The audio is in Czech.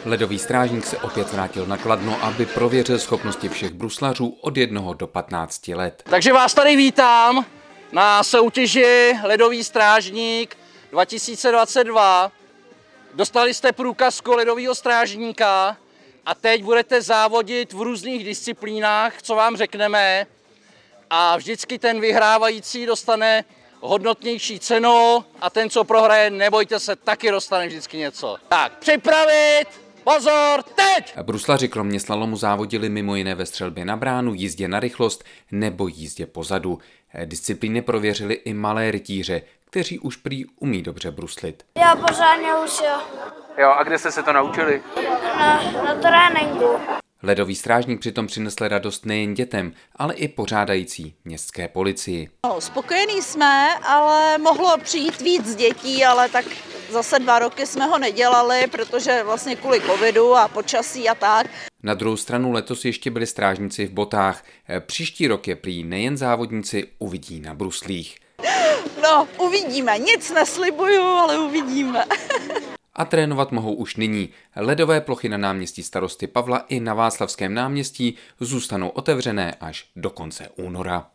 Ledový strážník se opět vrátil na Kladno, aby prověřil schopnosti všech bruslařů od 1 do 15 let. Takže vás tady vítám na soutěži Ledový strážník 2022. Dostali jste průkazku ledového strážníka a teď budete závodit v různých disciplínách, co vám řekneme. A vždycky ten vyhrávající dostane hodnotnější cenu a ten, co prohraje, nebojte se, taky dostane vždycky něco. Tak, připravit! Pozor, teď! Bruslaři kromě slalomu závodili mimo jiné ve střelbě na bránu, jízdě na rychlost nebo jízdě pozadu. Disciplíny prověřili i malé rytíře, kteří už prý umí dobře bruslit. Já pořádně už Jo, a kde jste se to naučili? na tréninku. Ledový strážník přitom přinesl radost nejen dětem, ale i pořádající městské policii. No, spokojení jsme, ale mohlo přijít víc dětí, ale tak zase 2 roky jsme ho nedělali, protože vlastně kvůli covidu a počasí a tak. Na druhou stranu letos ještě byli strážníci v botách. Příští rok je prý nejen závodníci uvidí na bruslích. No, uvidíme, nic neslibuju, ale uvidíme. A trénovat mohou už nyní. Ledové plochy na náměstí Starosty Pavla i na Václavském náměstí zůstanou otevřené až do konce února.